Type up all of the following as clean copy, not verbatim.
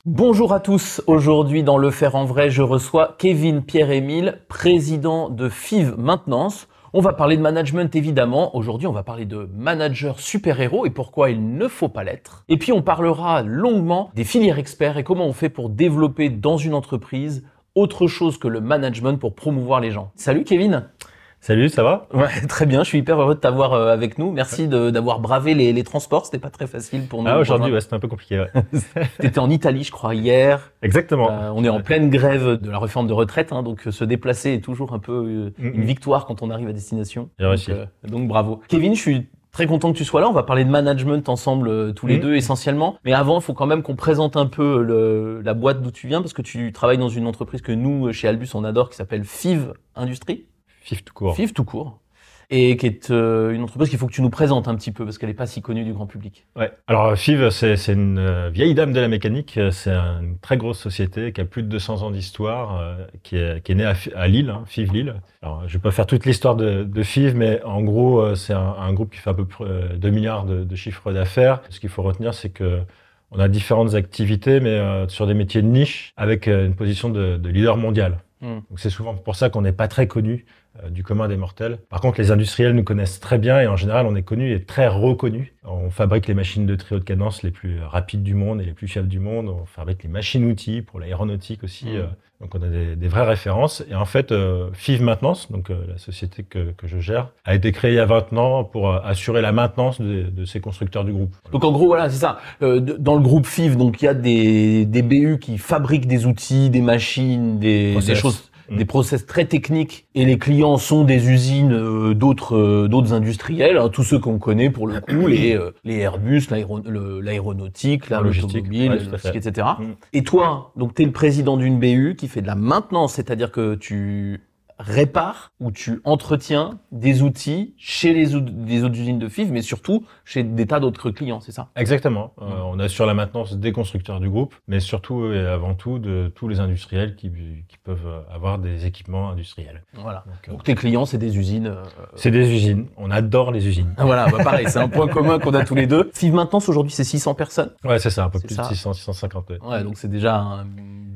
Bonjour à tous, aujourd'hui dans Le Faire en Vrai, je reçois Kevin Pierre-Émile, président de FIV Maintenance. On va parler de management évidemment, aujourd'hui on va parler de manager super-héros et pourquoi il ne faut pas l'être. Et puis on parlera longuement des filières experts et comment on fait pour développer dans une entreprise autre chose que le management pour promouvoir les gens. Salut Kevin. Salut, ça va? Ouais, très bien, je suis hyper heureux de t'avoir avec nous. Merci d'avoir bravé les transports, c'était pas très facile pour nous. Aujourd'hui, c'était un peu compliqué. Ouais. T'étais en Italie, je crois, hier. Exactement. On est en pleine grève de la réforme de retraite, donc se déplacer est toujours un peu une victoire quand on arrive à destination. Donc bravo. Kevin, je suis très content que tu sois là. On va parler de management ensemble tous les deux essentiellement. Mais avant, il faut quand même qu'on présente un peu la boîte d'où tu viens parce que tu travailles dans une entreprise que nous, chez Albus, on adore qui s'appelle FIV Industrie. FIV tout court. FIV tout court. Et qui est une entreprise qu'il faut que tu nous présentes un petit peu parce qu'elle n'est pas si connue du grand public. Ouais. Alors FIV, c'est une vieille dame de la mécanique. C'est une très grosse société qui a plus de 200 ans d'histoire, qui est née à Lille, FIV Lille. Alors je vais pas faire toute l'histoire de FIV, mais en gros c'est un groupe qui fait à peu près 2 milliards de chiffre d'affaires. Ce qu'il faut retenir, c'est que on a différentes activités, mais sur des métiers de niche avec une position de leader mondial. Donc c'est souvent pour ça qu'on n'est pas très connu du commun des mortels. Par contre, les industriels nous connaissent très bien et en général, on est connu et très reconnu. On fabrique les machines de très haute cadence les plus rapides du monde et les plus fiables du monde. On fabrique les machines-outils pour l'aéronautique aussi. Donc on a des vraies références. Et en fait, FIV Maintenance, donc la société que je gère, a été créée il y a 20 ans pour assurer la maintenance de ces constructeurs du groupe. Donc en gros, voilà, c'est ça. Dans le groupe FIV, donc il y a des BU qui fabriquent des outils, des machines, des choses, des process très techniques. Et les clients sont des usines d'autres industriels, tous ceux qu'on connaît pour le coup, les Airbus, l'aéronautique, l'automobile, la logistique, etc. Et toi, donc t'es le président d'une BU qui fait de la maintenance, c'est-à-dire que tu répares ou tu entretiens des outils chez des autres usines de FIV, mais surtout chez des tas d'autres clients, c'est ça? Exactement. On assure la maintenance des constructeurs du groupe, mais surtout et avant tout de tous les industriels qui peuvent avoir des équipements industriels. Voilà. Donc tes clients, c'est des usines. C'est des usines. On adore les usines. Voilà, pareil, c'est un point commun qu'on a tous les deux. FIV Maintenance, aujourd'hui, c'est 600 personnes. Ouais, c'est ça, un peu plus de 600, 650. Ouais, donc c'est déjà une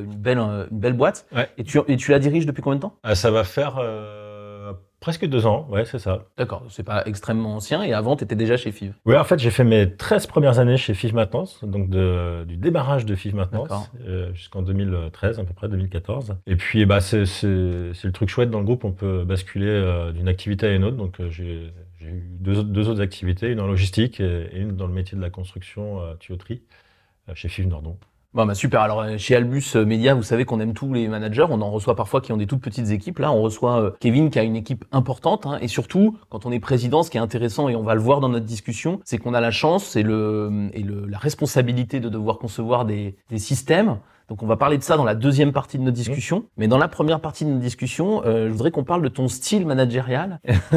belle boîte. Ouais. Et tu la diriges depuis combien de temps? Ça va faire presque 2 ans, ouais, c'est ça. D'accord, c'est pas extrêmement ancien, et avant, tu étais déjà chez FIV. Oui, en fait, j'ai fait mes 13 premières années chez FIV Maintenance, donc du démarrage de FIV Maintenance jusqu'en 2013, à peu près, 2014. Et puis, c'est le truc chouette dans le groupe, on peut basculer d'une activité à une autre, donc j'ai eu deux autres activités, une en logistique et une dans le métier de la construction tuyauterie chez FIV Nordon. Bon, super. Alors, chez Albus Media, vous savez qu'on aime tous les managers. On en reçoit parfois qui ont des toutes petites équipes. Là, on reçoit Kevin qui a une équipe importante. Et surtout, quand on est président, ce qui est intéressant, et on va le voir dans notre discussion, c'est qu'on a la chance et la responsabilité de devoir concevoir des systèmes. Donc, on va parler de ça dans la deuxième partie de notre discussion. Mais dans la première partie de notre discussion, je voudrais qu'on parle de ton style managérial.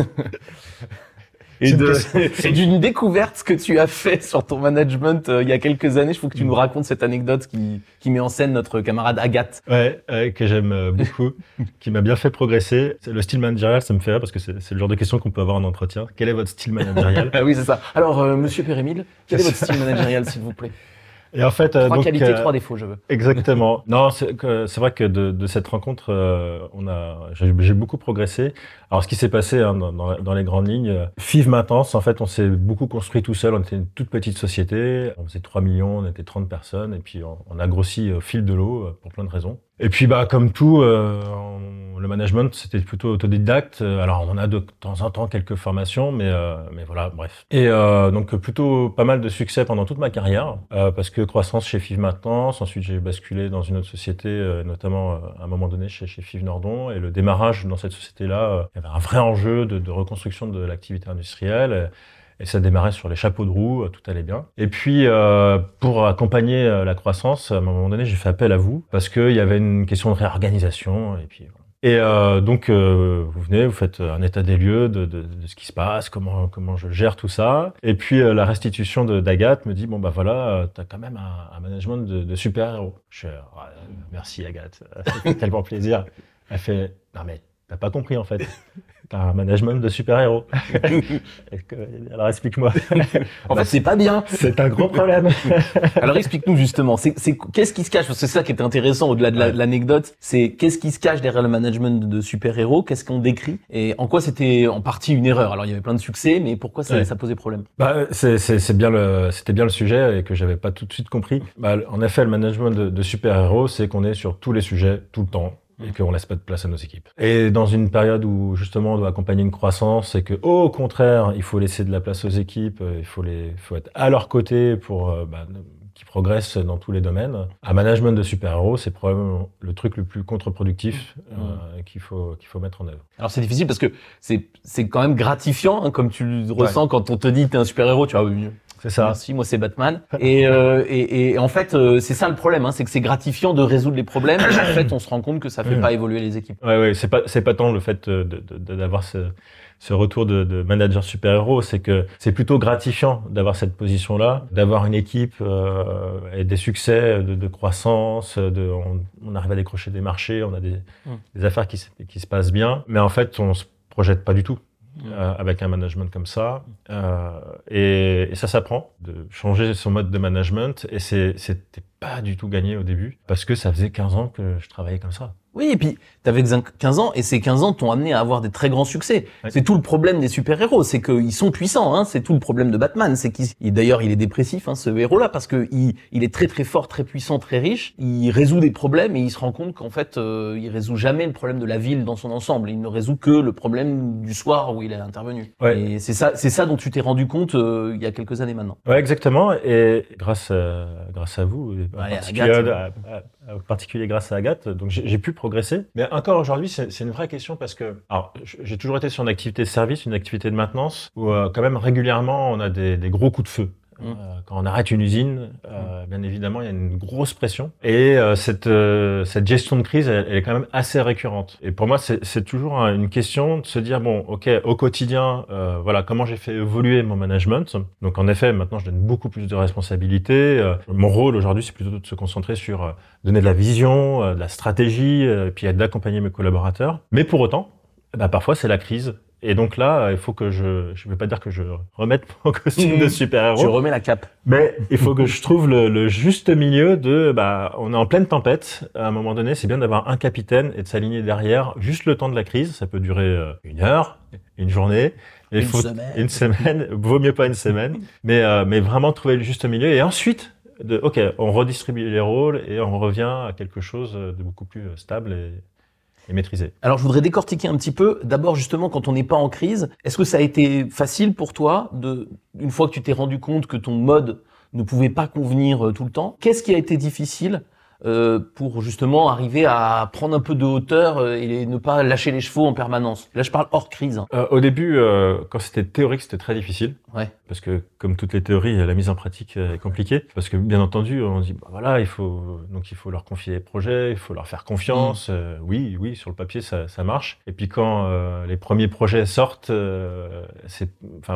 Et d'une découverte que tu as fait sur ton management il y a quelques années. Il faut que tu nous racontes cette anecdote qui met en scène notre camarade Agathe. Ouais, que j'aime beaucoup, qui m'a bien fait progresser. Le style managérial, ça me fait rire parce que c'est le genre de question qu'on peut avoir en entretien. Quel est votre style managérial? Oui, c'est ça. Alors, monsieur Pierre-Émile, quel est votre style managérial, s'il vous plaît? Et en fait, 3 qualités, 3 défauts, je veux. Exactement. Non, c'est vrai que de cette rencontre, j'ai beaucoup progressé. Alors, ce qui s'est passé dans les grandes lignes, FIV Maintenance, en fait, on s'est beaucoup construit tout seul. On était une toute petite société. On faisait 3 millions, on était 30 personnes. Et puis, on a grossi au fil de l'eau pour plein de raisons. Et puis, comme tout, le management, c'était plutôt autodidacte. Alors, on a de temps en temps quelques formations, mais voilà, bref. Et donc, plutôt pas mal de succès pendant toute ma carrière, parce que croissance chez FIV Maintenance. Ensuite, j'ai basculé dans une autre société, notamment à un moment donné chez FIV Nordon. Et le démarrage dans cette société-là, il y avait un vrai enjeu de reconstruction de l'activité industrielle. Et ça démarrait sur les chapeaux de roue, tout allait bien. Et puis, pour accompagner la croissance, à un moment donné, j'ai fait appel à vous, parce qu'il y avait une question de réorganisation. Et puis, voilà. Et donc, vous venez, vous faites un état des lieux de ce qui se passe, comment je gère tout ça. Et puis, la restitution d'Agathe me dit, voilà, t'as quand même un management de super-héros. Je fais, merci Agathe, ça fait tellement plaisir. Elle fait, non mais, t'as pas compris en fait. un management de super-héros. Alors explique-moi. En fait, c'est pas bien. C'est un gros problème. Alors explique-nous justement, qu'est-ce qui se cache, parce que c'est ça qui est intéressant au-delà de l'anecdote, c'est qu'est-ce qui se cache derrière le management de super-héros, qu'est-ce qu'on décrit et en quoi c'était en partie une erreur. Alors il y avait plein de succès, mais pourquoi ça posait problème? C'était bien le sujet et que j'avais pas tout de suite compris. En effet, le management de super-héros, c'est qu'on est sur tous les sujets tout le temps. Et qu'on laisse pas de place à nos équipes. Et dans une période où justement on doit accompagner une croissance, et que au contraire il faut laisser de la place aux équipes, il faut être à leur côté pour qu'ils progressent dans tous les domaines. Un management de super-héros, c'est probablement le truc le plus contre-productif qu'il faut mettre en œuvre. Alors c'est difficile parce que c'est quand même gratifiant, hein, comme tu le ressens quand on te dit t'es un super-héros, tu vois. C'est ça. Merci, moi c'est Batman. Et en fait, c'est ça le problème, hein, c'est que c'est gratifiant de résoudre les problèmes. Et en fait, on se rend compte que ça fait pas évoluer les équipes. Ouais, c'est pas tant le fait d'avoir ce retour de manager super-héros, c'est que c'est plutôt gratifiant d'avoir cette position-là, d'avoir une équipe et des succès de croissance, on arrive à décrocher des marchés, on a des affaires qui se passent bien, mais en fait, on se projette pas du tout. Avec un management comme ça, et ça s'apprend de changer son mode de management, et c'était pas du tout gagné au début parce que ça faisait 15 ans que je travaillais comme ça. Oui, et puis t'avais 15 ans et ces 15 ans t'ont amené à avoir des très grands succès. Ouais. C'est tout le problème des super-héros, c'est qu'ils sont puissants, hein. C'est tout le problème de Batman, c'est d'ailleurs il est dépressif, hein, ce héros-là, parce que il est très très fort, très puissant, très riche. Il résout des problèmes et il se rend compte qu'en fait il résout jamais le problème de la ville dans son ensemble. Il ne résout que le problème du soir où il est intervenu. Ouais. Et c'est ça dont tu t'es rendu compte il y a quelques années maintenant. Ouais, exactement. Et grâce à vous, en particulier grâce à Agathe, donc j'ai pu progresser. Mais encore aujourd'hui, c'est une vraie question parce que, alors, j'ai toujours été sur une activité de service, une activité de maintenance où quand même régulièrement on a des gros coups de feu. Quand on arrête une usine, bien évidemment, il y a une grosse pression. Et cette gestion de crise, elle est quand même assez récurrente. Et pour moi, c'est toujours une question de se dire, bon, ok, au quotidien, voilà, comment j'ai fait évoluer mon management. Donc en effet, maintenant, je donne beaucoup plus de responsabilités. Mon rôle aujourd'hui, c'est plutôt de se concentrer sur donner de la vision, de la stratégie, puis d'accompagner mes collaborateurs. Mais pour autant, parfois, c'est la crise. Et donc là, il faut que je vais pas dire que je remette mon costume de super-héros. Tu remets la cape. Mais il faut que je trouve le juste milieu on est en pleine tempête. À un moment donné, c'est bien d'avoir un capitaine et de s'aligner derrière juste le temps de la crise. Ça peut durer 1 heure, une journée. Une semaine. Vaut mieux pas une semaine. Mais vraiment trouver le juste milieu. Et ensuite, on redistribue les rôles et on revient à quelque chose de beaucoup plus stable et maîtrisé. Alors, je voudrais décortiquer un petit peu. D'abord, justement, quand on n'est pas en crise, est-ce que ça a été facile pour toi une fois que tu t'es rendu compte que ton mode ne pouvait pas convenir tout le temps, qu'est-ce qui a été difficile pour justement arriver à prendre un peu de hauteur et ne pas lâcher les chevaux en permanence? Là, je parle hors crise. Hein. Au début, quand c'était théorique, c'était très difficile. Ouais. Parce que, comme toutes les théories, la mise en pratique est compliquée. Parce que, bien entendu, on dit, voilà, il faut leur confier les projets, il faut leur faire confiance. Oui, sur le papier, ça marche. Et puis, quand les premiers projets sortent, c'est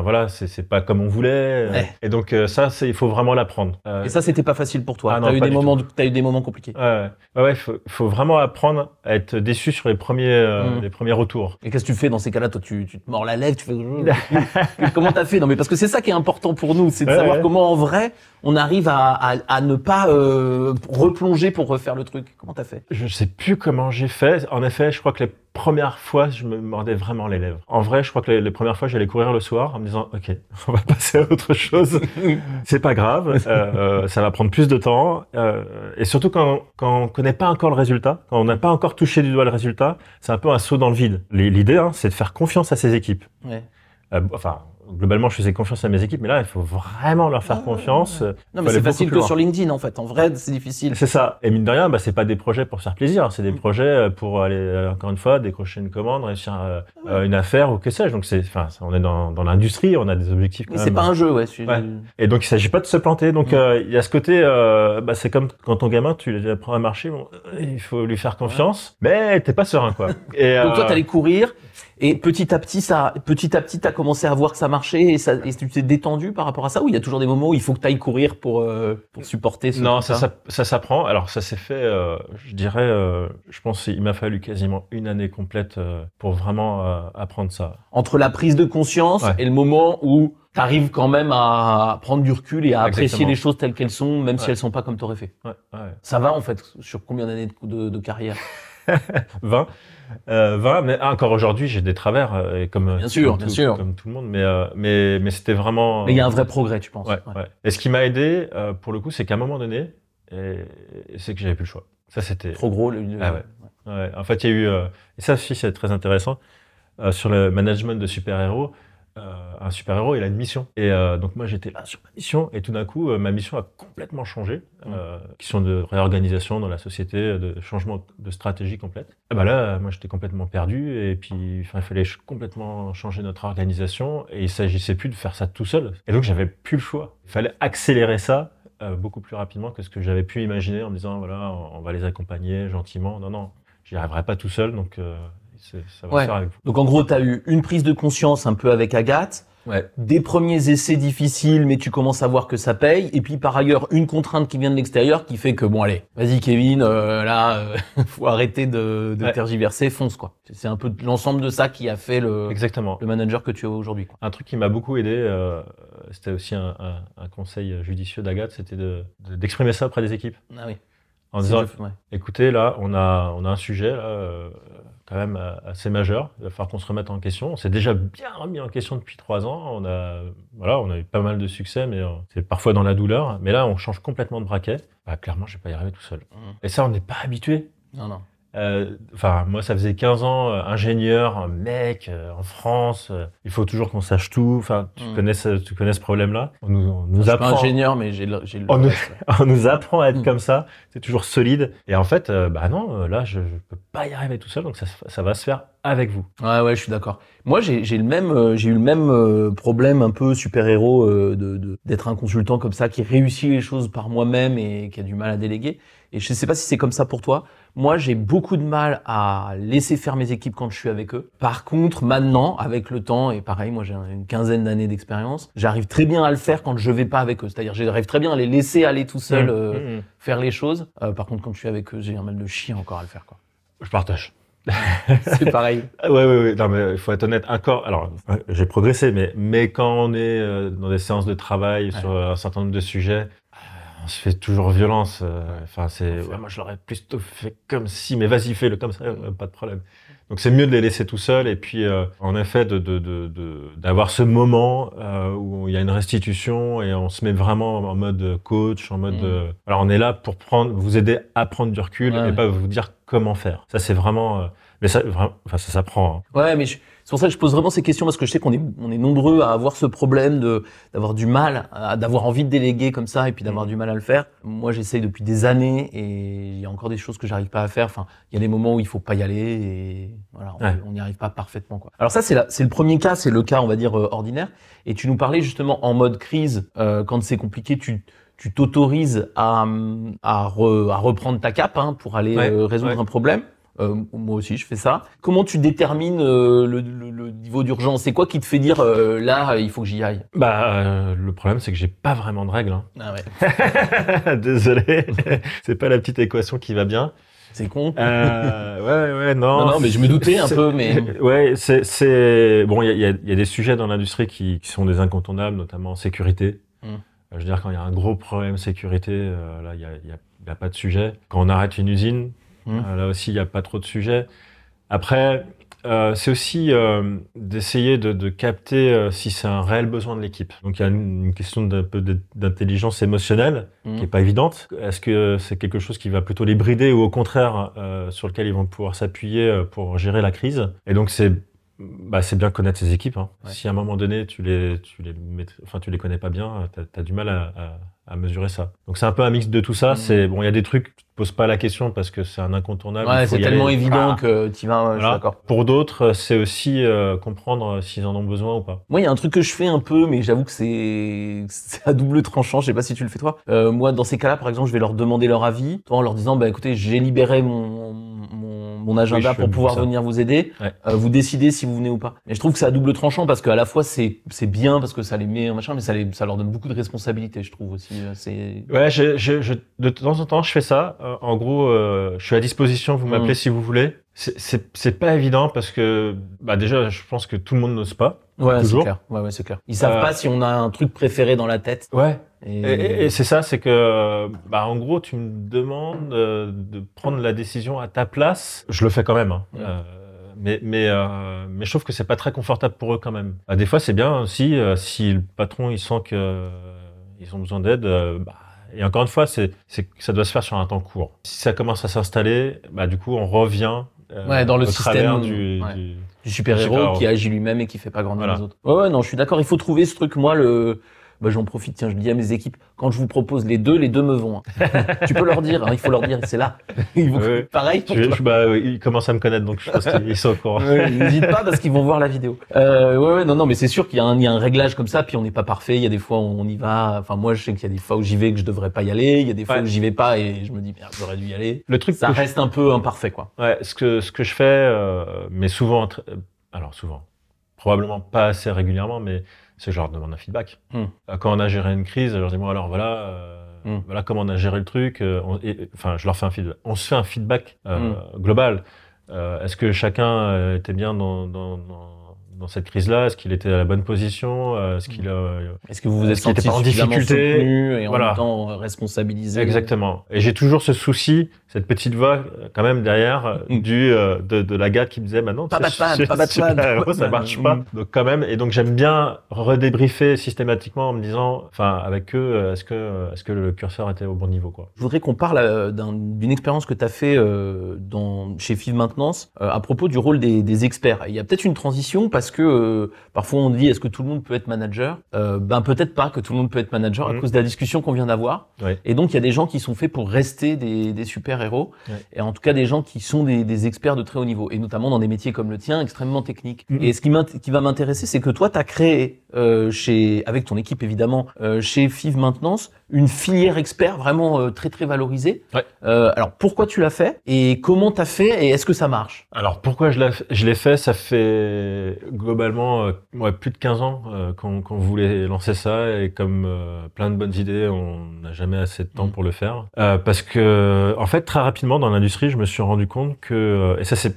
pas comme on voulait. Ouais. Et donc, il faut vraiment l'apprendre. Et ça, c'était pas facile pour toi. T'as eu des moments compliqués. Ouais, faut vraiment apprendre à être déçu sur les premiers retours. Et qu'est-ce que tu fais dans ces cas-là? Toi, tu te mords la lèvre, tu fais comment t'as fait? Non, mais parce que c'est ça qui est important pour nous, c'est de savoir comment en vrai on arrive à ne pas replonger pour refaire le truc. Comment t'as fait? Je sais plus comment j'ai fait. En effet, je crois que les premières fois, je me mordais vraiment les lèvres. En vrai, je crois que les premières fois, j'allais courir le soir en me disant, ok, on va passer à autre chose. C'est pas grave, ça va prendre plus de temps. Et surtout quand on connaît pas encore le résultat, quand on n'a pas encore touché du doigt le résultat, c'est un peu un saut dans le vide. L'idée, c'est de faire confiance à ses équipes. Ouais. Globalement, je faisais confiance à mes équipes, mais là, il faut vraiment leur faire confiance. Non, mais c'est facile que sur LinkedIn, en fait. En vrai, c'est difficile. C'est ça. Et mine de rien, c'est pas des projets pour se faire plaisir. C'est des projets pour aller, encore une fois, décrocher une commande, réussir une affaire ou que sais-je. Donc on est dans l'industrie, on a des objectifs quand même. C'est pas un jeu, ouais. Et donc, il s'agit pas de se planter. Donc, il y a ce côté, c'est comme quand ton gamin, tu lui apprends à marcher, il faut lui faire confiance, mais t'es pas serein, quoi. Donc toi, t'allais courir, Et petit à petit, t'as commencé à voir que ça marchait et tu t'es détendu par rapport à ça, ou il y a toujours des moments où il faut que t'ailles courir pour supporter ce Non, truc-là? ça s'apprend. Alors ça s'est fait, je dirais, je pense qu'il m'a fallu quasiment une année complète pour vraiment apprendre ça. Entre la prise de conscience Ouais. et le moment où t'arrives quand même à prendre du recul et à apprécier Exactement. les choses telles qu'elles sont, même si Ouais. elles sont pas comme t'aurais fait. Ouais. Ça va en fait sur combien d'années de carrière? 20, 20, mais encore aujourd'hui, j'ai des travers, et comme Bien sûr. comme tout le monde, mais c'était vraiment. Mais il y a un vrai progrès, tu penses? Ouais. Et ce qui m'a aidé, pour le coup, c'est qu'à un moment donné, c'est que j'avais plus le choix. Ça, c'était. Trop gros. Ah ouais. Ouais. En fait, il y a eu, et ça aussi, c'est très intéressant, sur le management de super-héros. Un super-héros, il a une mission. Et donc moi, j'étais là sur ma mission, et tout d'un coup, ma mission a complètement changé. Question de réorganisation dans la société, de changement de stratégie complète. Et bah là, moi, j'étais complètement perdu, et puis il fallait complètement changer notre organisation, et il s'agissait plus de faire ça tout seul. Et donc, j'avais plus le choix. Il fallait accélérer ça beaucoup plus rapidement que ce que j'avais pu imaginer en me disant, voilà, on va les accompagner gentiment. Non, j'y arriverai pas tout seul, donc ça va se faire avec vous. Donc en gros, tu as eu une prise de conscience un peu avec Agathe, des premiers essais difficiles, mais tu commences à voir que ça paye, et puis par ailleurs une contrainte qui vient de l'extérieur qui fait que bon allez, vas-y Kevin, faut arrêter de tergiverser, fonce quoi. C'est un peu l'ensemble de ça qui a fait Exactement. le manager que tu es aujourd'hui, quoi. Un truc qui m'a beaucoup aidé, c'était aussi un conseil judicieux d'Agathe, c'était d'exprimer ça auprès des équipes. Ah oui. En disant, écoutez, là, on a un sujet là, quand même assez majeur. Il va falloir qu'on se remette en question. On s'est déjà bien remis en question depuis 3 ans. On a eu pas mal de succès, mais c'est parfois dans la douleur. Mais là, on change complètement de braquet. Bah, clairement, je vais pas y arriver tout seul. Et ça, on n'est pas habitué. Non. Moi, ça faisait 15 ans, ingénieur, mec, en France. Il faut toujours qu'on sache tout. Enfin, tu connais ce problème-là. On nous apprend. Je suis pas ingénieur, mais j'ai le on nous apprend à être comme ça. C'est toujours solide. Et en fait, non, là, je peux pas y arriver tout seul. Donc ça va se faire avec vous. Ouais, je suis d'accord. Moi, j'ai eu le même problème un peu super-héros d'être un consultant comme ça qui réussit les choses par moi-même et qui a du mal à déléguer. Et je sais pas si c'est comme ça pour toi. Moi, j'ai beaucoup de mal à laisser faire mes équipes quand je suis avec eux. Par contre, maintenant, avec le temps, et pareil, moi j'ai une quinzaine d'années d'expérience, j'arrive très bien à le faire quand je vais pas avec eux. C'est-à-dire, j'arrive très bien à les laisser aller tout seuls faire les choses. Par contre, quand je suis avec eux, j'ai un mal de chien encore à le faire, quoi. Je partage. C'est pareil. Ouais. Non, mais il faut être honnête. Encore, alors, j'ai progressé, mais quand on est dans des séances de travail sur un certain nombre de sujets, on se fait toujours violence. Moi, je l'aurais plutôt fait comme si, mais vas-y, fais-le comme ça, pas de problème. Donc, c'est mieux de les laisser tout seuls et puis, en effet, d'avoir ce moment où il y a une restitution et on se met vraiment en mode coach, en mode. Alors, on est là pour vous aider à prendre du recul et pas vous dire comment faire. Ça, c'est vraiment. Mais ça s'apprend. Hein. Ouais, mais c'est pour ça que je pose vraiment ces questions parce que je sais qu'on est nombreux à avoir ce problème d'avoir du mal, d'avoir envie de déléguer comme ça et puis d'avoir du mal à le faire. Moi, j'essaye depuis des années et il y a encore des choses que j'arrive pas à faire. Enfin, il y a des moments où il faut pas y aller et voilà, on n'y arrive pas parfaitement, quoi. Alors ça, c'est le premier cas, c'est le cas, on va dire, ordinaire. Et tu nous parlais justement en mode crise, quand c'est compliqué, tu t'autorises à reprendre ta cape, pour aller résoudre un problème. Moi aussi, je fais ça. Comment tu détermines le niveau d'urgence? C'est quoi qui te fait dire là, il faut que j'y aille? Le problème, c'est que j'ai pas vraiment de règles. Hein. Ah ouais. Désolé, c'est pas la petite équation qui va bien. C'est con. Ouais, non. Non, mais je me doutais un peu, mais. Ouais, c'est bon. Il y a des sujets dans l'industrie qui sont des incontournables, notamment sécurité. Je veux dire, quand il y a un gros problème sécurité, là, il y a pas de sujet. Quand on arrête une usine. Là aussi, il n'y a pas trop de sujets. Après, c'est aussi d'essayer de capter si c'est un réel besoin de l'équipe. Donc, il y a une question d'un peu d'intelligence émotionnelle qui n'est pas évidente. Est-ce que c'est quelque chose qui va plutôt les brider ou au contraire sur lequel ils vont pouvoir s'appuyer pour gérer la crise? Et donc, c'est bien connaître ses équipes. Hein. Ouais. Si à un moment donné, tu les connais pas bien, t'as du mal à mesurer ça. Donc c'est un peu un mix de tout ça. C'est bon, il y a des trucs, tu te poses pas la question parce que c'est un incontournable. Ouais, c'est tellement évident que tu vas. Je suis d'accord. Pour d'autres, c'est aussi comprendre s'ils en ont besoin ou pas. Moi, il y a un truc que je fais un peu, mais j'avoue que c'est à double tranchant. Je sais pas si tu le fais toi. Moi, dans ces cas-là, par exemple, je vais leur demander leur avis, en leur disant, écoutez, j'ai libéré mon mon agenda pour pouvoir venir vous aider. Ouais. Vous décidez si vous venez ou pas. Mais je trouve que c'est à double tranchant parce qu'à la fois c'est bien parce que ça les met en machin, mais ça leur donne beaucoup de responsabilités, je trouve aussi. Ouais, de temps en temps, je fais ça. En gros, je suis à disposition. Vous m'appelez si vous voulez. C'est pas évident parce que, déjà, je pense que tout le monde n'ose pas. Ouais, toujours. C'est clair. Ouais, c'est clair. Ils savent pas si on a un truc préféré dans la tête. Ouais. Et c'est ça, c'est que, en gros, tu me demandes de prendre la décision à ta place. Je le fais quand même. Hein. Mais je trouve que c'est pas très confortable pour eux quand même. Des fois, c'est bien aussi si le patron il sent que ils ont besoin d'aide. Et encore une fois, ça doit se faire sur un temps court. Si ça commence à s'installer, du coup, on revient dans le au système travers du super-héros qui agit lui-même et qui fait pas grandir les autres. Ouais, non, je suis d'accord. Il faut trouver ce truc. Moi, j'en profite. Tiens, je dis à mes équipes, quand je vous propose les deux me vont. Hein. Tu peux leur dire. Hein, il faut leur dire, c'est là. Pareil. Ils commencent à me connaître, donc je pense qu'ils sont au courant. N'hésite pas parce qu'ils vont voir la vidéo. Non, mais c'est sûr qu'il y a un réglage comme ça. Puis on n'est pas parfait. Il y a des fois où on y va. Enfin, moi, je sais qu'il y a des fois où j'y vais que je devrais pas y aller. Il y a des fois où j'y vais pas et je me dis merde, j'aurais dû y aller. Le truc, ça reste un peu imparfait, quoi. Ouais, ce que je fais, mais souvent, probablement pas assez régulièrement, mais c'est que je leur demande un feedback. Quand on a géré une crise, je leur dis voilà comment on a géré le truc. Je leur fais un feedback. On se fait un feedback global. Est-ce que chacun était bien dans cette crise-là? Est-ce qu'il était à la bonne position? Est-ce que vous vous êtes senti pas en difficulté soutenu et en même temps responsabilisé? Exactement. Et j'ai toujours ce souci, cette petite voix quand même derrière de la gars qui me disait non, pas Batman, ça marche pas. Donc quand même, et donc j'aime bien redébriefer systématiquement en me disant, avec eux, est-ce que le curseur était au bon niveau, quoi. Je voudrais qu'on parle d'une expérience que tu as fait chez FIV Maintenance à propos du rôle des experts. Il y a peut-être une transition parce que parfois on dit est-ce que tout le monde peut être manager? Peut-être pas que tout le monde peut être manager à cause de la discussion qu'on vient d'avoir. Ouais. Et donc il y a des gens qui sont faits pour rester des super-héros, et en tout cas des gens qui sont des experts de très haut niveau, et notamment dans des métiers comme le tien, extrêmement techniques. Et ce qui va m'intéresser, c'est que toi, tu as créé avec ton équipe évidemment, chez FIV Maintenance, une filière expert vraiment très très valorisée. Ouais. Alors pourquoi tu l'as fait et comment t'as fait et est-ce que ça marche? Alors pourquoi je l'ai fait? Ça fait globalement plus de 15 ans qu'on voulait lancer ça, et comme plein de bonnes idées, on n'a jamais assez de temps pour le faire. Parce que en fait très rapidement dans l'industrie, je me suis rendu compte que et ça c'est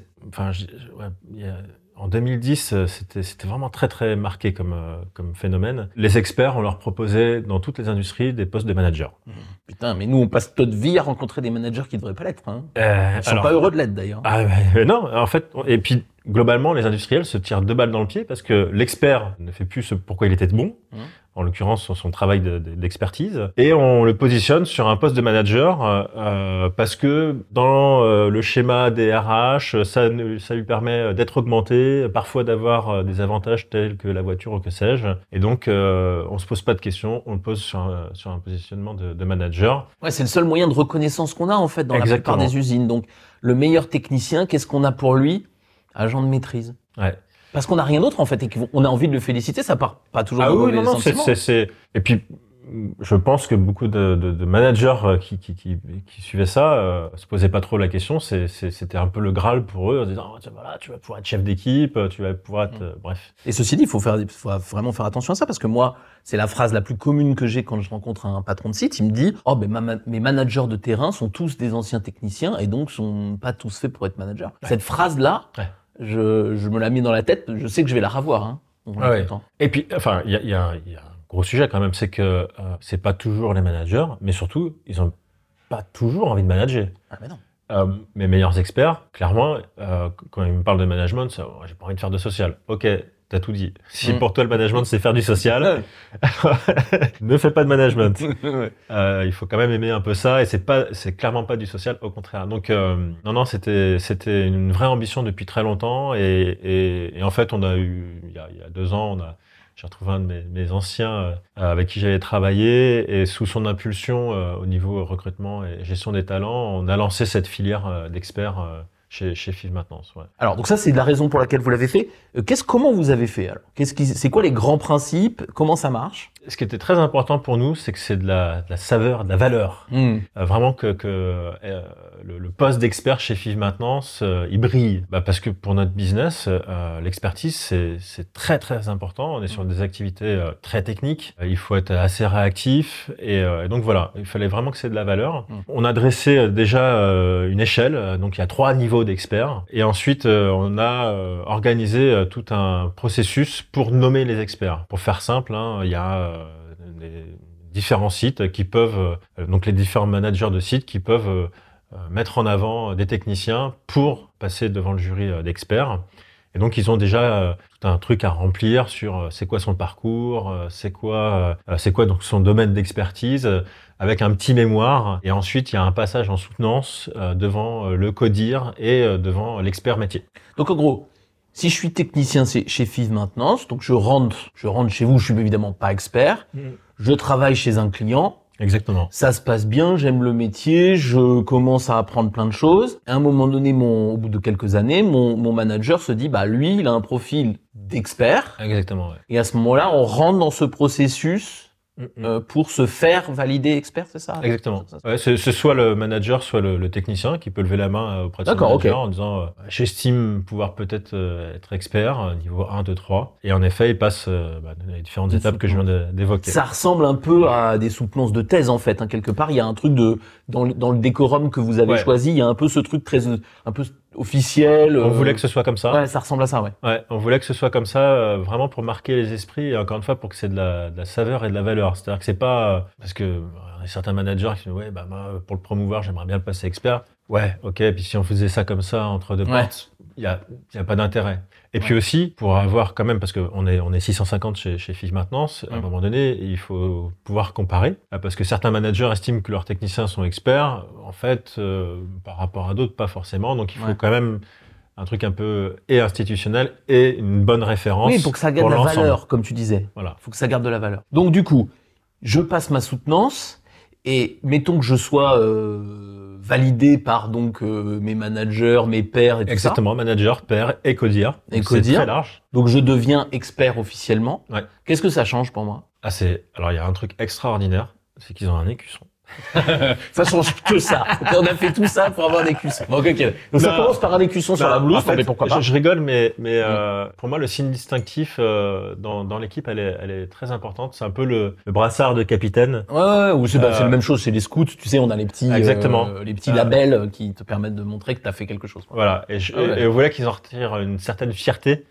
en 2010, c'était vraiment très très marqué comme phénomène. Les experts, on leur proposait dans toutes les industries des postes de manager. Putain, mais nous on passe notre vie à rencontrer des managers qui devraient pas l'être. Hein. Ils sont pas heureux de l'être d'ailleurs. Non, en fait, et puis globalement, les industriels se tirent 2 balles dans le pied parce que l'expert ne fait plus ce pourquoi il était bon. En l'occurrence son travail d'expertise, et on le positionne sur un poste de manager parce que dans le schéma des RH, ça lui permet d'être augmenté, parfois d'avoir des avantages tels que la voiture ou que sais-je, et donc on se pose pas de questions, on le pose sur un positionnement de manager. Ouais, c'est le seul moyen de reconnaissance qu'on a en fait dans la plupart des usines. Donc le meilleur technicien, qu'est-ce qu'on a pour lui? Agent de maîtrise. Ouais. Parce qu'on n'a rien d'autre en fait et qu'on a envie de le féliciter, ça part pas toujours de mauvais sentiments. Et puis je pense que beaucoup de managers qui suivaient ça se posaient pas trop la question. C'était un peu le Graal pour eux, en disant tu vas pouvoir être chef d'équipe, tu vas pouvoir être bref. Et ceci dit, il faut vraiment faire attention à ça parce que moi, c'est la phrase la plus commune que j'ai quand je rencontre un patron de site. Il me dit mes managers de terrain sont tous des anciens techniciens et donc sont pas tous faits pour être managers. Ouais. Cette phrase là. Ouais. Je me la mets dans la tête, je sais que je vais la revoir. Hein. Et puis, il y a un gros sujet quand même, c'est que c'est pas toujours les managers, mais surtout, ils ont pas toujours envie de manager. Ah mais non. Mes meilleurs experts, clairement, quand ils me parlent de management, j'ai pas envie de faire de social. Ok, t'as tout dit. Si pour toi le management c'est faire du social, ne fais pas de management. Il faut quand même aimer un peu ça, et c'est clairement pas du social, au contraire. Donc non, c'était une vraie ambition depuis très longtemps, et en fait on a eu il y a 2 ans, j'ai retrouvé un de mes anciens avec qui j'avais travaillé, et sous son impulsion au niveau recrutement et gestion des talents, on a lancé cette filière d'experts chez FIV Maintenance. Ouais. Alors donc ça c'est la raison pour laquelle vous l'avez fait. Comment vous avez fait alors? C'est quoi les grands principes? Comment ça marche? Ce qui était très important pour nous, c'est que c'est de la saveur, de la valeur. Vraiment que le poste d'expert chez FIV Maintenance, il brille. Parce que pour notre business, l'expertise, c'est très très important. On est sur des activités très techniques. Il faut être assez réactif. Et donc voilà, il fallait vraiment que c'est de la valeur. On a dressé déjà une échelle. Donc il y a 3 niveaux d'experts. Et ensuite, on a organisé tout un processus pour nommer les experts. Pour faire simple, il y a des différents sites qui peuvent, donc les différents managers de sites qui peuvent mettre en avant des techniciens pour passer devant le jury d'experts. Et donc ils ont déjà tout un truc à remplir sur c'est quoi son parcours, c'est quoi donc son domaine d'expertise, avec un petit mémoire. Et ensuite il y a un passage en soutenance devant le codir et devant l'expert métier. Donc en gros, si je suis technicien chez FIV Maintenance, donc je rentre chez vous, je suis évidemment pas expert, je travaille chez un client. Exactement. Ça se passe bien, j'aime le métier, je commence à apprendre plein de choses. À un moment donné, au bout de quelques années, mon manager se dit, lui, il a un profil d'expert. Exactement, ouais. Et à ce moment-là, on rentre dans ce processus pour se faire valider expert, c'est ça? Exactement. Ouais, c'est soit le manager, soit le technicien qui peut lever la main auprès de son manager en disant j'estime pouvoir peut-être être expert, niveau 1, 2, 3. Et en effet, il passe les différentes étapes que je viens d'évoquer. Ça ressemble un peu à des soutenances de thèse, en fait. Quelque part, il y a un truc dans le décorum que vous avez choisi, il y a un peu ce truc un peu officiel. On voulait que ce soit comme ça. Ouais, ça ressemble à ça, ouais. Ouais, on voulait que ce soit comme ça, vraiment pour marquer les esprits et encore une fois pour que c'est de la saveur et de la valeur. C'est-à-dire que c'est pas parce que y a certains managers qui disent moi, pour le promouvoir, j'aimerais bien le passer expert. Ouais, ok. Puis si on faisait ça comme ça entre deux portes, il y a pas d'intérêt. Et puis aussi pour avoir quand même, parce que on est 650 chez FIV Maintenance, à un moment donné, il faut pouvoir comparer, parce que certains managers estiment que leurs techniciens sont experts, en fait, par rapport à d'autres, pas forcément. Donc il faut quand même un truc un peu institutionnel et une bonne référence. Oui, pour que ça garde de la valeur, comme tu disais. Voilà. Faut que ça garde de la valeur. Donc du coup, je passe ma soutenance et mettons que je sois validé par mes managers, mes pairs et tout ça. Exactement, manager, pair et codir. C'est très large. Donc je deviens expert officiellement. Ouais. Qu'est-ce que ça change pour moi? Alors il y a un truc extraordinaire, c'est qu'ils ont un écusson. Ça change que ça. On a fait tout ça pour avoir des écussons. Donc, okay. Donc ça commence par un écusson sur la blouse. En fait, mais pourquoi pas? Je rigole, mais pour moi le signe distinctif dans l'équipe, elle est très importante. C'est un peu le brassard de capitaine. Ouais, ou c'est la même chose chez les scouts. Tu sais, on a les petits labels qui te permettent de montrer que tu as fait quelque chose. Voilà. Et voilà qu'ils en retirent une certaine fierté.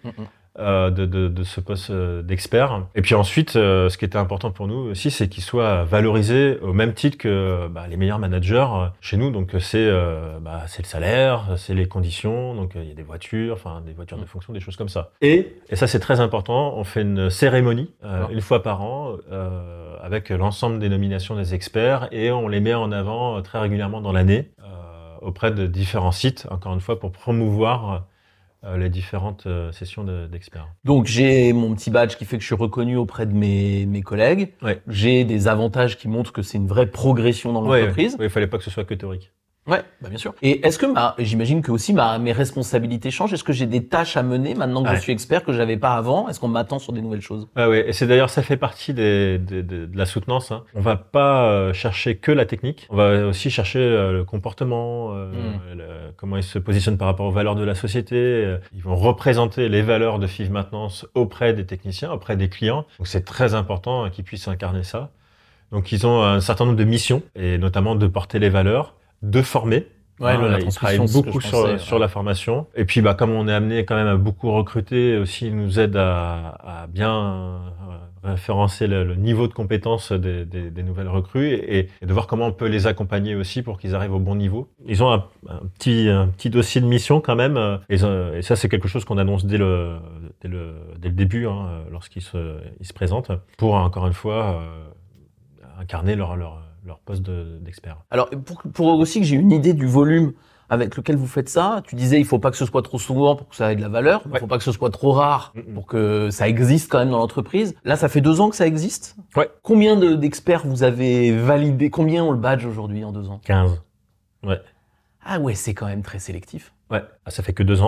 De ce poste d'expert. Et puis ensuite, ce qui était important pour nous aussi, c'est qu'il soit valorisé au même titre que les meilleurs managers chez nous. Donc c'est le salaire, c'est les conditions. Donc il y a des voitures de fonction, des choses comme ça. Et ça c'est très important. On fait une cérémonie une fois par an avec l'ensemble des nominations des experts et on les met en avant très régulièrement dans l'année auprès de différents sites. Encore une fois pour promouvoir les différentes sessions d'experts. Donc j'ai mon petit badge qui fait que je suis reconnu auprès de mes collègues. Ouais. J'ai des avantages qui montrent que c'est une vraie progression dans l'entreprise. Il fallait pas que ce soit que théorique. Ouais, bien sûr. Et est-ce que j'imagine que aussi mes responsabilités changent. Est-ce que j'ai des tâches à mener maintenant que je suis expert que j'avais pas avant? Est-ce qu'on m'attend sur des nouvelles choses? Et c'est d'ailleurs ça fait partie de la soutenance. Hein. On va pas chercher que la technique. On va aussi chercher le comportement, comment ils se positionnent par rapport aux valeurs de la société. Ils vont représenter les valeurs de FIV Maintenance auprès des techniciens, auprès des clients. Donc c'est très important qu'ils puissent incarner ça. Donc ils ont un certain nombre de missions et notamment de porter les valeurs, de former. Ils travaillent beaucoup sur la formation. Et puis, comme on est amené quand même à beaucoup recruter, aussi, ils nous aident à bien référencer le niveau de compétence des nouvelles recrues et de voir comment on peut les accompagner aussi pour qu'ils arrivent au bon niveau. Ils ont un petit dossier de mission quand même. Et ça, c'est quelque chose qu'on annonce dès le début, lorsqu'ils se présentent, pour encore une fois incarner leur poste d'expert. Alors, pour aussi que j'ai une idée du volume avec lequel vous faites ça, tu disais il faut pas que ce soit trop souvent pour que ça ait de la valeur, il faut pas que ce soit trop rare pour que ça existe quand même dans l'entreprise. Là, ça fait 2 ans que ça existe. Ouais. Combien d'experts vous avez validé? Combien ont le badge aujourd'hui en 2 ans? 15. Ouais. Ah ouais, c'est quand même très sélectif. Ouais. Ça fait que 2 ans.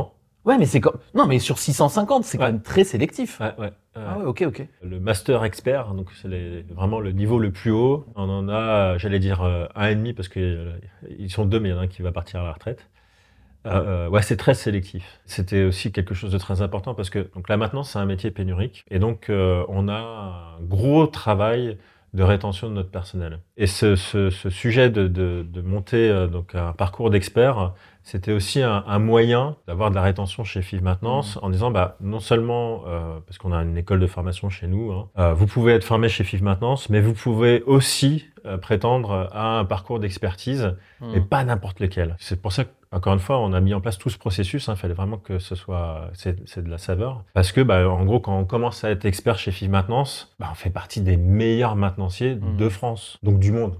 Ouais, mais non, mais sur 650, c'est quand même très sélectif. Ouais. Ah ouais, ok. Le master expert, donc c'est vraiment le niveau le plus haut. On en a, j'allais dire, un et demi parce que ils sont deux, mais il y en a un qui va partir à la retraite. Ouais, c'est très sélectif. C'était aussi quelque chose de très important parce que donc là maintenant c'est un métier pénurique et donc on a un gros travail de rétention de notre personnel. Et ce sujet de monter donc un parcours d'expert, c'était aussi un moyen d'avoir de la rétention chez FIV Maintenance en disant non seulement parce qu'on a une école de formation chez nous, vous pouvez être formé chez FIV Maintenance, mais vous pouvez aussi prétendre à un parcours d'expertise, mais pas n'importe lequel. C'est pour ça que encore une fois, on a mis en place tout ce processus. Il fallait vraiment que c'est de la saveur. Parce que, en gros, quand on commence à être expert chez FIV Maintenance, on fait partie des meilleurs maintenanciers de France, donc du monde.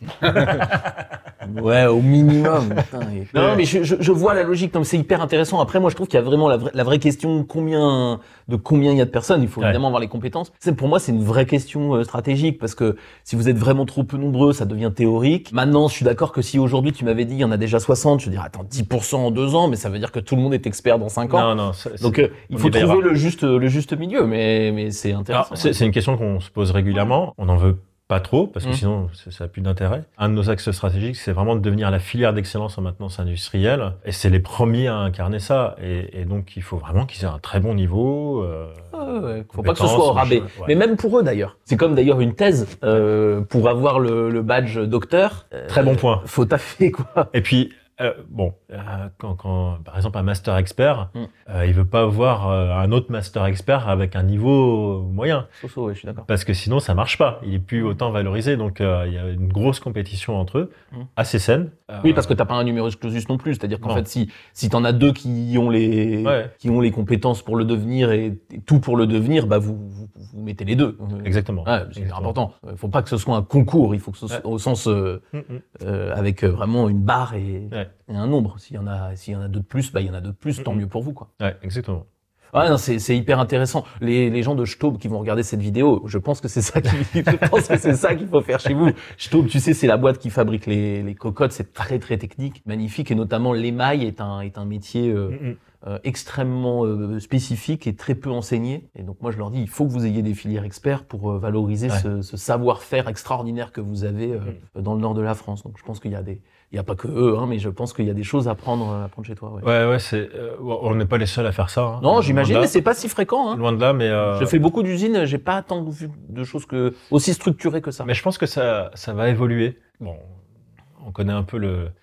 Ouais, au minimum. Putain, non, mais je vois la logique. C'est hyper intéressant. Après, moi, je trouve qu'il y a vraiment la vraie question combien il y a de personnes. Il faut évidemment avoir les compétences. Pour moi, c'est une vraie question stratégique parce que si vous êtes vraiment trop peu nombreux, ça devient théorique. Maintenant, je suis d'accord que si aujourd'hui tu m'avais dit il y en a déjà 60, je dirais attends 10% en 2 ans, mais ça veut dire que tout le monde est expert dans 5 ans. Non. Donc il faut trouver le juste milieu. Mais c'est intéressant. Alors, c'est une question qu'on se pose régulièrement. On en veut pas trop, parce que sinon, ça n'a plus d'intérêt. Un de nos axes stratégiques, c'est vraiment de devenir la filière d'excellence en maintenance industrielle. Et c'est les premiers à incarner ça. Et donc, il faut vraiment qu'ils aient un très bon niveau. Faut pas que ce soit au rabais. Mais même pour eux, d'ailleurs. C'est comme d'ailleurs une thèse. Pour avoir le badge docteur. Très bon point. Faut taffer, quoi. Et puis, quand par exemple un master expert, il veut pas avoir un autre master expert avec un niveau moyen. Ouais, je suis d'accord. Parce que sinon ça marche pas. Il est plus autant valorisé. Donc il y a une grosse compétition entre eux, assez saine. Oui, parce que t'as pas un numerus clausus non plus. C'est-à-dire qu'en fait, si t'en as deux qui ont les compétences pour le devenir et tout pour le devenir, vous mettez les deux. Exactement. C'est important. Faut pas que ce soit un concours. Il faut que ce soit au sens avec vraiment une barre et un nombre. S'il y en a deux de plus, il y en a deux de plus. Tant mieux pour vous, quoi. Ouais, exactement. Ouais, non, c'est hyper intéressant. Les gens de Staub qui vont regarder cette vidéo, je pense que c'est ça qu'il faut faire chez vous. Staub, tu sais, c'est la boîte qui fabrique les cocottes. C'est très, très technique, magnifique. Et notamment, l'émail est un métier extrêmement spécifique et très peu enseigné. Et donc, moi, je leur dis, il faut que vous ayez des filières experts pour valoriser ce savoir-faire extraordinaire que vous avez dans le nord de la France. Donc, je pense qu'il y a pas que eux, mais je pense qu'il y a des choses à prendre chez toi. Ouais, on n'est pas les seuls à faire ça. Non, j'imagine, mais c'est pas si fréquent. Loin de là, mais je fais beaucoup d'usines, j'ai pas tant vu de choses aussi structurées que ça. Mais je pense que ça va évoluer. Bon, on connaît un peu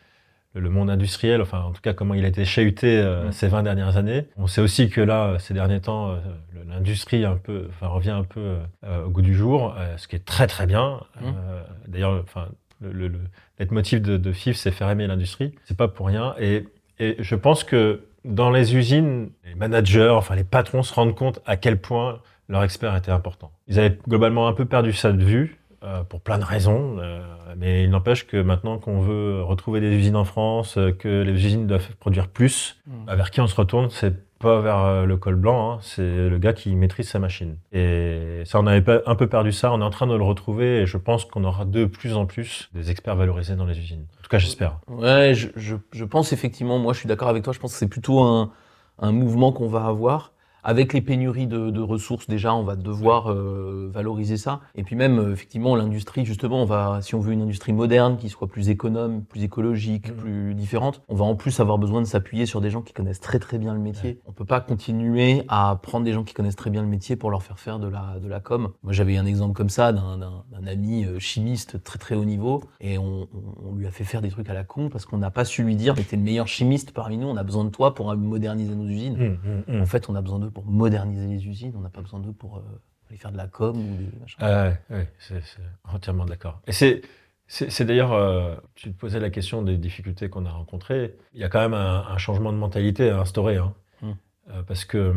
le monde industriel, enfin en tout cas comment il a été chahuté ces 20 dernières années. On sait aussi que là, ces derniers temps, l'industrie revient un peu au goût du jour, ce qui est très très bien. D'ailleurs, le leitmotiv de FIV, c'est faire aimer l'industrie. C'est pas pour rien. Et je pense que dans les usines, les managers, les patrons se rendent compte à quel point leur expert était important. Ils avaient globalement un peu perdu ça de vue. Pour plein de raisons, mais il n'empêche que maintenant qu'on veut retrouver des usines en France, que les usines doivent produire plus, vers qui on se retourne, c'est pas vers le col blanc, c'est le gars qui maîtrise sa machine. Et ça, on avait un peu perdu ça, on est en train de le retrouver et je pense qu'on aura de plus en plus des experts valorisés dans les usines. En tout cas, j'espère. Ouais, je pense effectivement, moi je suis d'accord avec toi, je pense que c'est plutôt un mouvement qu'on va avoir. Avec les pénuries de ressources, déjà, on va devoir valoriser ça. Et puis même, effectivement, l'industrie, justement, si on veut une industrie moderne, qui soit plus économe, plus écologique, plus différente, on va en plus avoir besoin de s'appuyer sur des gens qui connaissent très très bien le métier. On peut pas continuer à prendre des gens qui connaissent très bien le métier pour leur faire de la com. Moi, j'avais un exemple comme ça d'un ami chimiste très très haut niveau, et on lui a fait faire des trucs à la con parce qu'on n'a pas su lui dire, mais t'es le meilleur chimiste parmi nous, on a besoin de toi pour moderniser nos usines. En fait, on a besoin d'eux pour moderniser les usines, on n'a pas besoin d'eux pour aller faire de la com ou des machins. Ouais, c'est entièrement d'accord. Et c'est d'ailleurs, tu te posais la question des difficultés qu'on a rencontrées. Il y a quand même un changement de mentalité à instaurer, parce que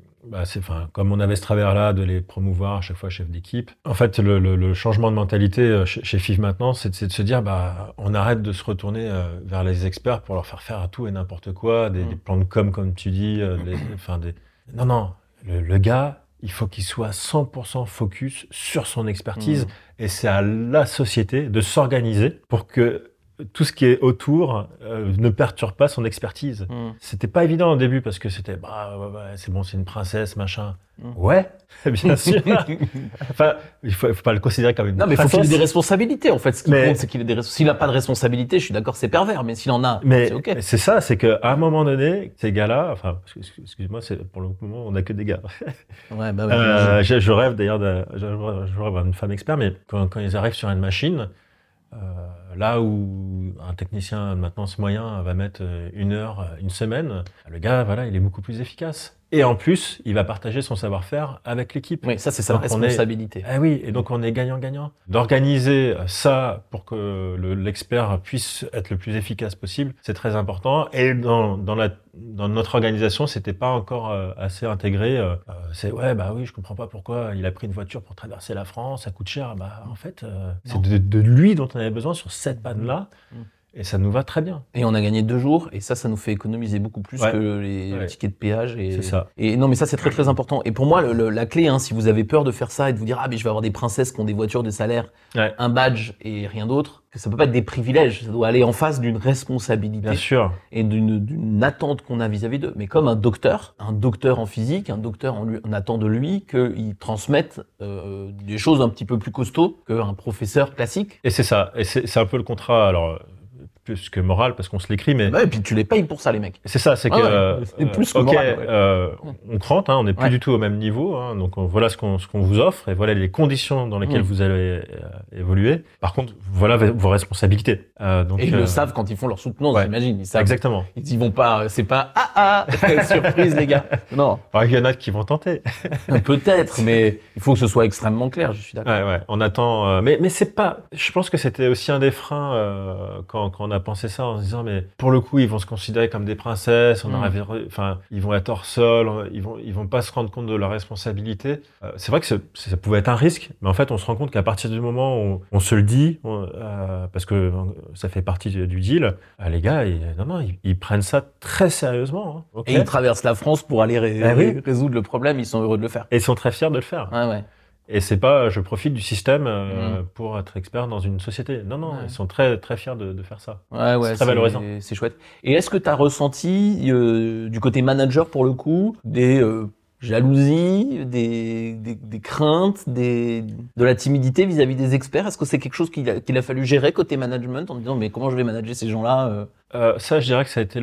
comme on avait ce travers-là de les promouvoir à chaque fois chef d'équipe. En fait, le changement de mentalité chez FIV maintenant, c'est de se dire, on arrête de se retourner vers les experts pour leur faire à tout et n'importe quoi, des plans de com comme tu dis, Non, le gars, il faut qu'il soit 100% focus sur son expertise et c'est à la société de s'organiser pour que tout ce qui est autour ne perturbe pas son expertise. C'était pas évident au début parce que c'était c'est bon, c'est une princesse, machin. Ouais, bien sûr. Enfin, il faut pas le considérer comme une princesse. Non, mais il faut qu'il ait des responsabilités. En fait, ce qui compte, c'est qu'il ait des responsabilités. S'il n'a pas de responsabilité, je suis d'accord, c'est pervers. Mais s'il en a, c'est OK. C'est ça, c'est qu'à un moment donné, ces gars-là, enfin, excuse-moi, pour le moment, on n'a que des gars. Ouais, je rêve d'ailleurs, je rêve d'avoir une femme expert, mais quand ils arrivent sur une machine, là où un technicien de maintenance moyen va mettre 1 heure, 1 semaine, le gars, voilà, il est beaucoup plus efficace. Et en plus, il va partager son savoir-faire avec l'équipe. Oui, ça, c'est sa responsabilité. Oui, et donc on est gagnant-gagnant. D'organiser ça pour que l'expert puisse être le plus efficace possible, c'est très important. Et dans notre organisation, c'était pas encore assez intégré. Je comprends pas pourquoi il a pris une voiture pour traverser la France, ça coûte cher. En fait, c'est de lui dont on avait besoin sur cette panne-là. Et ça nous va très bien. Et on a gagné 2 jours, et ça nous fait économiser beaucoup plus que les tickets de péage. C'est ça. Et non, mais ça, c'est très, très important. Et pour moi, la clé, si vous avez peur de faire ça et de vous dire, mais je vais avoir des princesses qui ont des voitures, des salaires, un badge et rien d'autre, que ça peut pas être des privilèges. Ça doit aller en face d'une responsabilité. Bien sûr. Et d'une attente qu'on a vis-à-vis d'eux. Mais comme un docteur en physique, un docteur, on attend de lui qu'il transmette des choses un petit peu plus costauds qu'un professeur classique. Et c'est ça. Et c'est un peu le contrat, alors, plus que moral parce qu'on se l'écrit, mais et puis tu les payes pour ça, les mecs. C'est ça, c'est que c'est plus que moral, on crante, on n'est plus du tout au même niveau, donc voilà ce qu'on vous offre et voilà les conditions dans lesquelles vous allez évoluer. Par contre, voilà vos responsabilités. Donc, et ils le savent quand ils font leur soutenance, j'imagine. Ils savent. Exactement. Ils y vont pas, c'est pas surprise les gars. Non. Il y en a qui vont tenter. Peut-être, mais il faut que ce soit extrêmement clair. Je suis d'accord. Ouais. On attend, mais c'est pas. Je pense que c'était aussi un des freins quand on a pensé ça en se disant mais pour le coup ils vont se considérer comme des princesses, ils vont être hors sol, ils vont pas se rendre compte de leur responsabilité. C'est vrai que ça pouvait être un risque, mais en fait on se rend compte qu'à partir du moment où on se le dit, parce que ça fait partie du deal, les gars ils prennent ça très sérieusement. Okay. Et ils traversent la France pour aller résoudre le problème, ils sont heureux de le faire. Et ils sont très fiers de le faire. Ouais. Et c'est pas je profite du système pour être expert dans une société. Non, ils sont très très fiers de faire ça. C'est très valorisant. C'est chouette. Et est-ce que tu as ressenti du côté manager pour le coup des jalousies, des craintes, de la timidité vis-à-vis des experts? Est-ce que c'est quelque chose qu'il a fallu gérer côté management en disant mais comment je vais manager ces gens-là Ça, je dirais que ça a été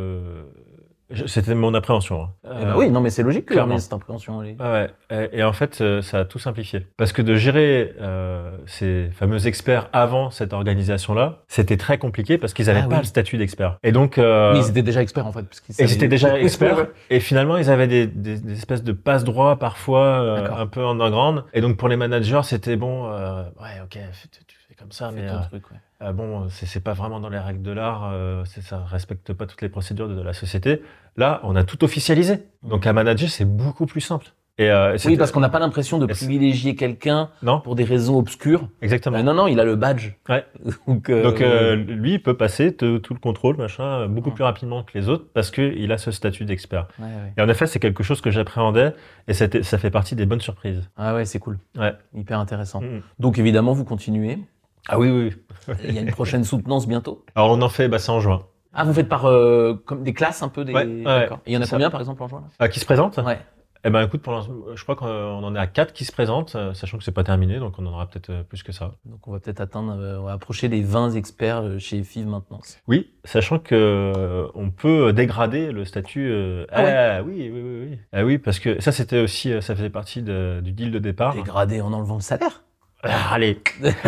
c'était mon appréhension. Oui, non, mais c'est logique que l'on ait cette appréhension. Et en fait, ça a tout simplifié. Parce que de gérer ces fameux experts avant cette organisation-là, c'était très compliqué parce qu'ils n'avaient pas le statut d'expert. Et donc, ils étaient déjà experts en fait. Ils étaient déjà experts. Et finalement, ils avaient des espèces de passe-droit parfois un peu underground. Et donc pour les managers, c'était bon. Tu fais comme ça, mais ton truc, c'est pas vraiment dans les règles de l'art, ça respecte pas toutes les procédures de la société. Là, on a tout officialisé. Donc à manager, c'est beaucoup plus simple. Oui, parce qu'on n'a pas l'impression de privilégier quelqu'un pour des raisons obscures. Exactement. Non, il a le badge. Ouais. Donc lui, il peut passer tout le contrôle, beaucoup plus rapidement que les autres parce qu'il a ce statut d'expert. Et en effet, c'est quelque chose que j'appréhendais et ça fait partie des bonnes surprises. Ah ouais, c'est cool. Ouais. Hyper intéressant. Donc évidemment, vous continuez. Ah oui. Il y a une prochaine soutenance bientôt. Alors on en fait, c'est en juin. Ah, vous faites par comme des classes un peu des. D'accord. Et il y en a combien par exemple en juin là qui se présentent? Ouais. Écoute, pour l'instant, je crois qu'on en est à 4 qui se présentent, sachant que c'est pas terminé, donc on en aura peut-être plus que ça. Donc on va peut-être on va approcher des 20 experts chez FIV Maintenance. Oui, sachant que on peut dégrader le statut. Oui. Oui, parce que ça c'était aussi, ça faisait partie du deal de départ. Dégrader en enlevant le salaire. Allez.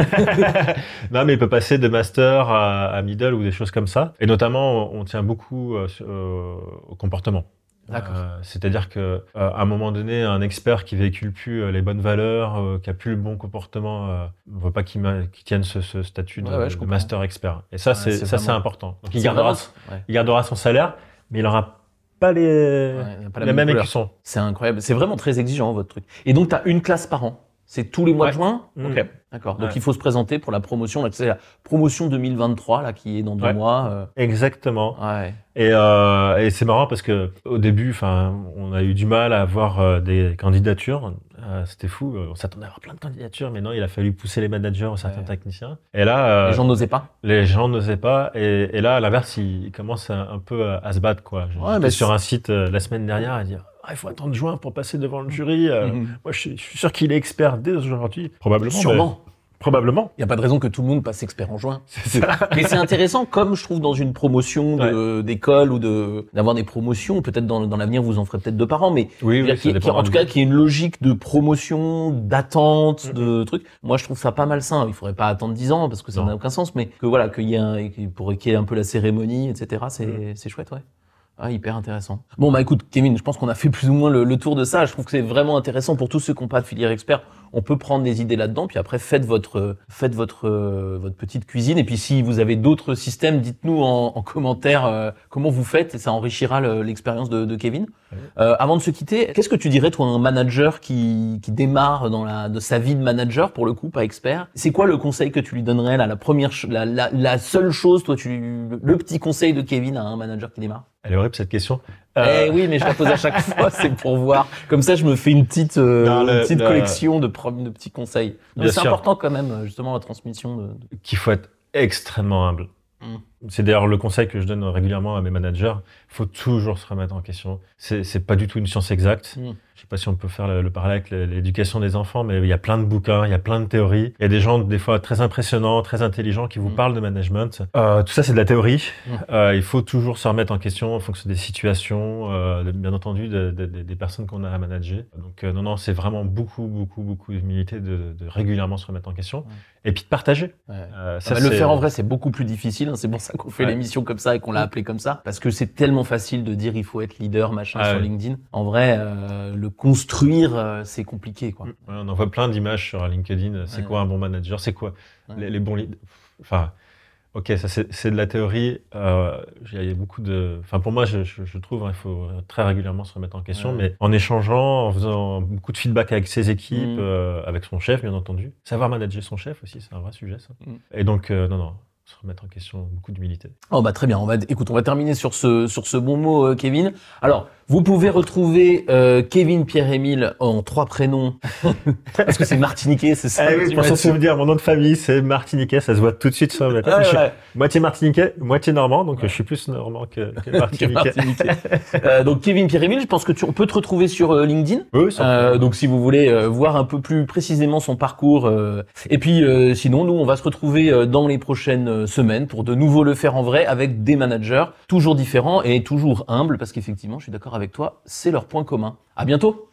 Non, mais il peut passer de master à middle ou des choses comme ça. Et notamment, on tient beaucoup au comportement. D'accord. C'est-à-dire que à un moment donné, un expert qui véhicule plus les bonnes valeurs, qui a plus le bon comportement, on veut pas qu'il tienne ce statut de master expert. Et ça, c'est important. Donc il gardera son salaire, mais il aura pas les mêmes écussons. C'est incroyable. C'est vraiment très exigeant votre truc. Et donc tu as une classe par an. C'est tous les mois de juin? Ok, d'accord. Donc il faut se présenter pour la promotion. C'est la promotion 2023 là qui est dans 2 mois. Exactement. Ouais. Et c'est marrant parce que au début, on a eu du mal à avoir des candidatures. C'était fou. On s'attendait à avoir plein de candidatures, mais non, il a fallu pousser les managers, certains techniciens. Et là, les gens n'osaient pas. Les gens n'osaient pas. Et là, à l'inverse, ils commencent un peu à se battre, quoi. J'étais sur un site la semaine dernière à dire. Il faut attendre juin pour passer devant le jury. Moi, je suis sûr qu'il est expert dès aujourd'hui. Probablement. Sûrement. Probablement. Il n'y a pas de raison que tout le monde passe expert en juin. C'est ça. Mais c'est intéressant, comme je trouve dans une promotion d'école ou d'avoir des promotions, peut-être dans l'avenir vous en ferez peut-être 2 par an, mais en tout cas qu'il y ait une logique de promotion, d'attente, de trucs. Moi je trouve ça pas mal sain. Il faudrait pas attendre 10 ans parce que ça n'a aucun sens, mais que voilà, qu'il y ait un peu la cérémonie, etc. C'est chouette, ouais. Ah, hyper intéressant. Bon, bah écoute, Kevin, je pense qu'on a fait plus ou moins le tour de ça. Je trouve que c'est vraiment intéressant pour tous ceux qui n'ont pas de filière expert. On peut prendre des idées là-dedans, puis après faites votre petite cuisine. Et puis si vous avez d'autres systèmes, dites-nous en commentaire comment vous faites, et ça enrichira l'expérience de Kevin. Avant de se quitter, qu'est-ce que tu dirais toi, un manager qui démarre de sa vie de manager pour le coup, pas expert? C'est quoi le conseil que tu lui donnerais là, la seule chose, toi, le petit conseil de Kevin à un manager qui démarre? Elle est horrible cette question. Oui, mais je la pose à chaque fois, c'est pour voir. Comme ça, je me fais une petite collection de petits conseils. C'est important quand même, justement, la transmission. Qu'il faut être extrêmement humble. C'est d'ailleurs le conseil que je donne régulièrement à mes managers. Il faut toujours se remettre en question. C'est pas du tout une science exacte. Je sais pas si on peut faire le parallèle avec l'éducation des enfants, mais il y a plein de bouquins, il y a plein de théories. Il y a des gens, des fois, très impressionnants, très intelligents qui vous parlent de management. Tout ça, c'est de la théorie. Il faut toujours se remettre en question en fonction des situations, bien entendu, des personnes qu'on a à manager. Donc, non, c'est vraiment beaucoup d'humilité de régulièrement se remettre en question. Et puis de partager. Ça, le faire en vrai, c'est beaucoup plus difficile. C'est pour ça qu'on fait l'émission comme ça et qu'on l'a appelé comme ça. Parce que c'est tellement facile de dire il faut être leader, machin, sur LinkedIn. En vrai, le construire, c'est compliqué, quoi. On en voit plein d'images sur LinkedIn. C'est quoi un bon manager? C'est quoi les bons leaders? Enfin, ok, ça c'est de la théorie. Il y a beaucoup de. Enfin, pour moi, je trouve, il faut très régulièrement se remettre en question, mais en échangeant, en faisant beaucoup de feedback avec ses équipes, avec son chef, bien entendu. Savoir manager son chef aussi, c'est un vrai sujet, ça. Et donc, non. Se remettre en question, beaucoup d'humilité. Oh bah très bien, on va terminer sur ce bon mot, Kevin. Alors, vous pouvez retrouver Kevin Pierre-Émile en 3 prénoms, parce que c'est martiniquais, c'est ça? Oui, pour s'en souvenir, mon nom de famille, c'est martiniquais, ça se voit tout de suite sur le je suis moitié martiniquais, moitié normand, donc je suis plus normand que martiniquais. Donc Kevin Pierre-Émile, je pense que on peut te retrouver sur LinkedIn. Oui, donc si vous voulez voir un peu plus précisément son parcours. Et puis sinon, nous, on va se retrouver dans les prochaines semaines pour de nouveau le faire en vrai avec des managers toujours différents et toujours humbles, parce qu'effectivement, je suis d'accord avec toi, c'est leur point commun. À bientôt.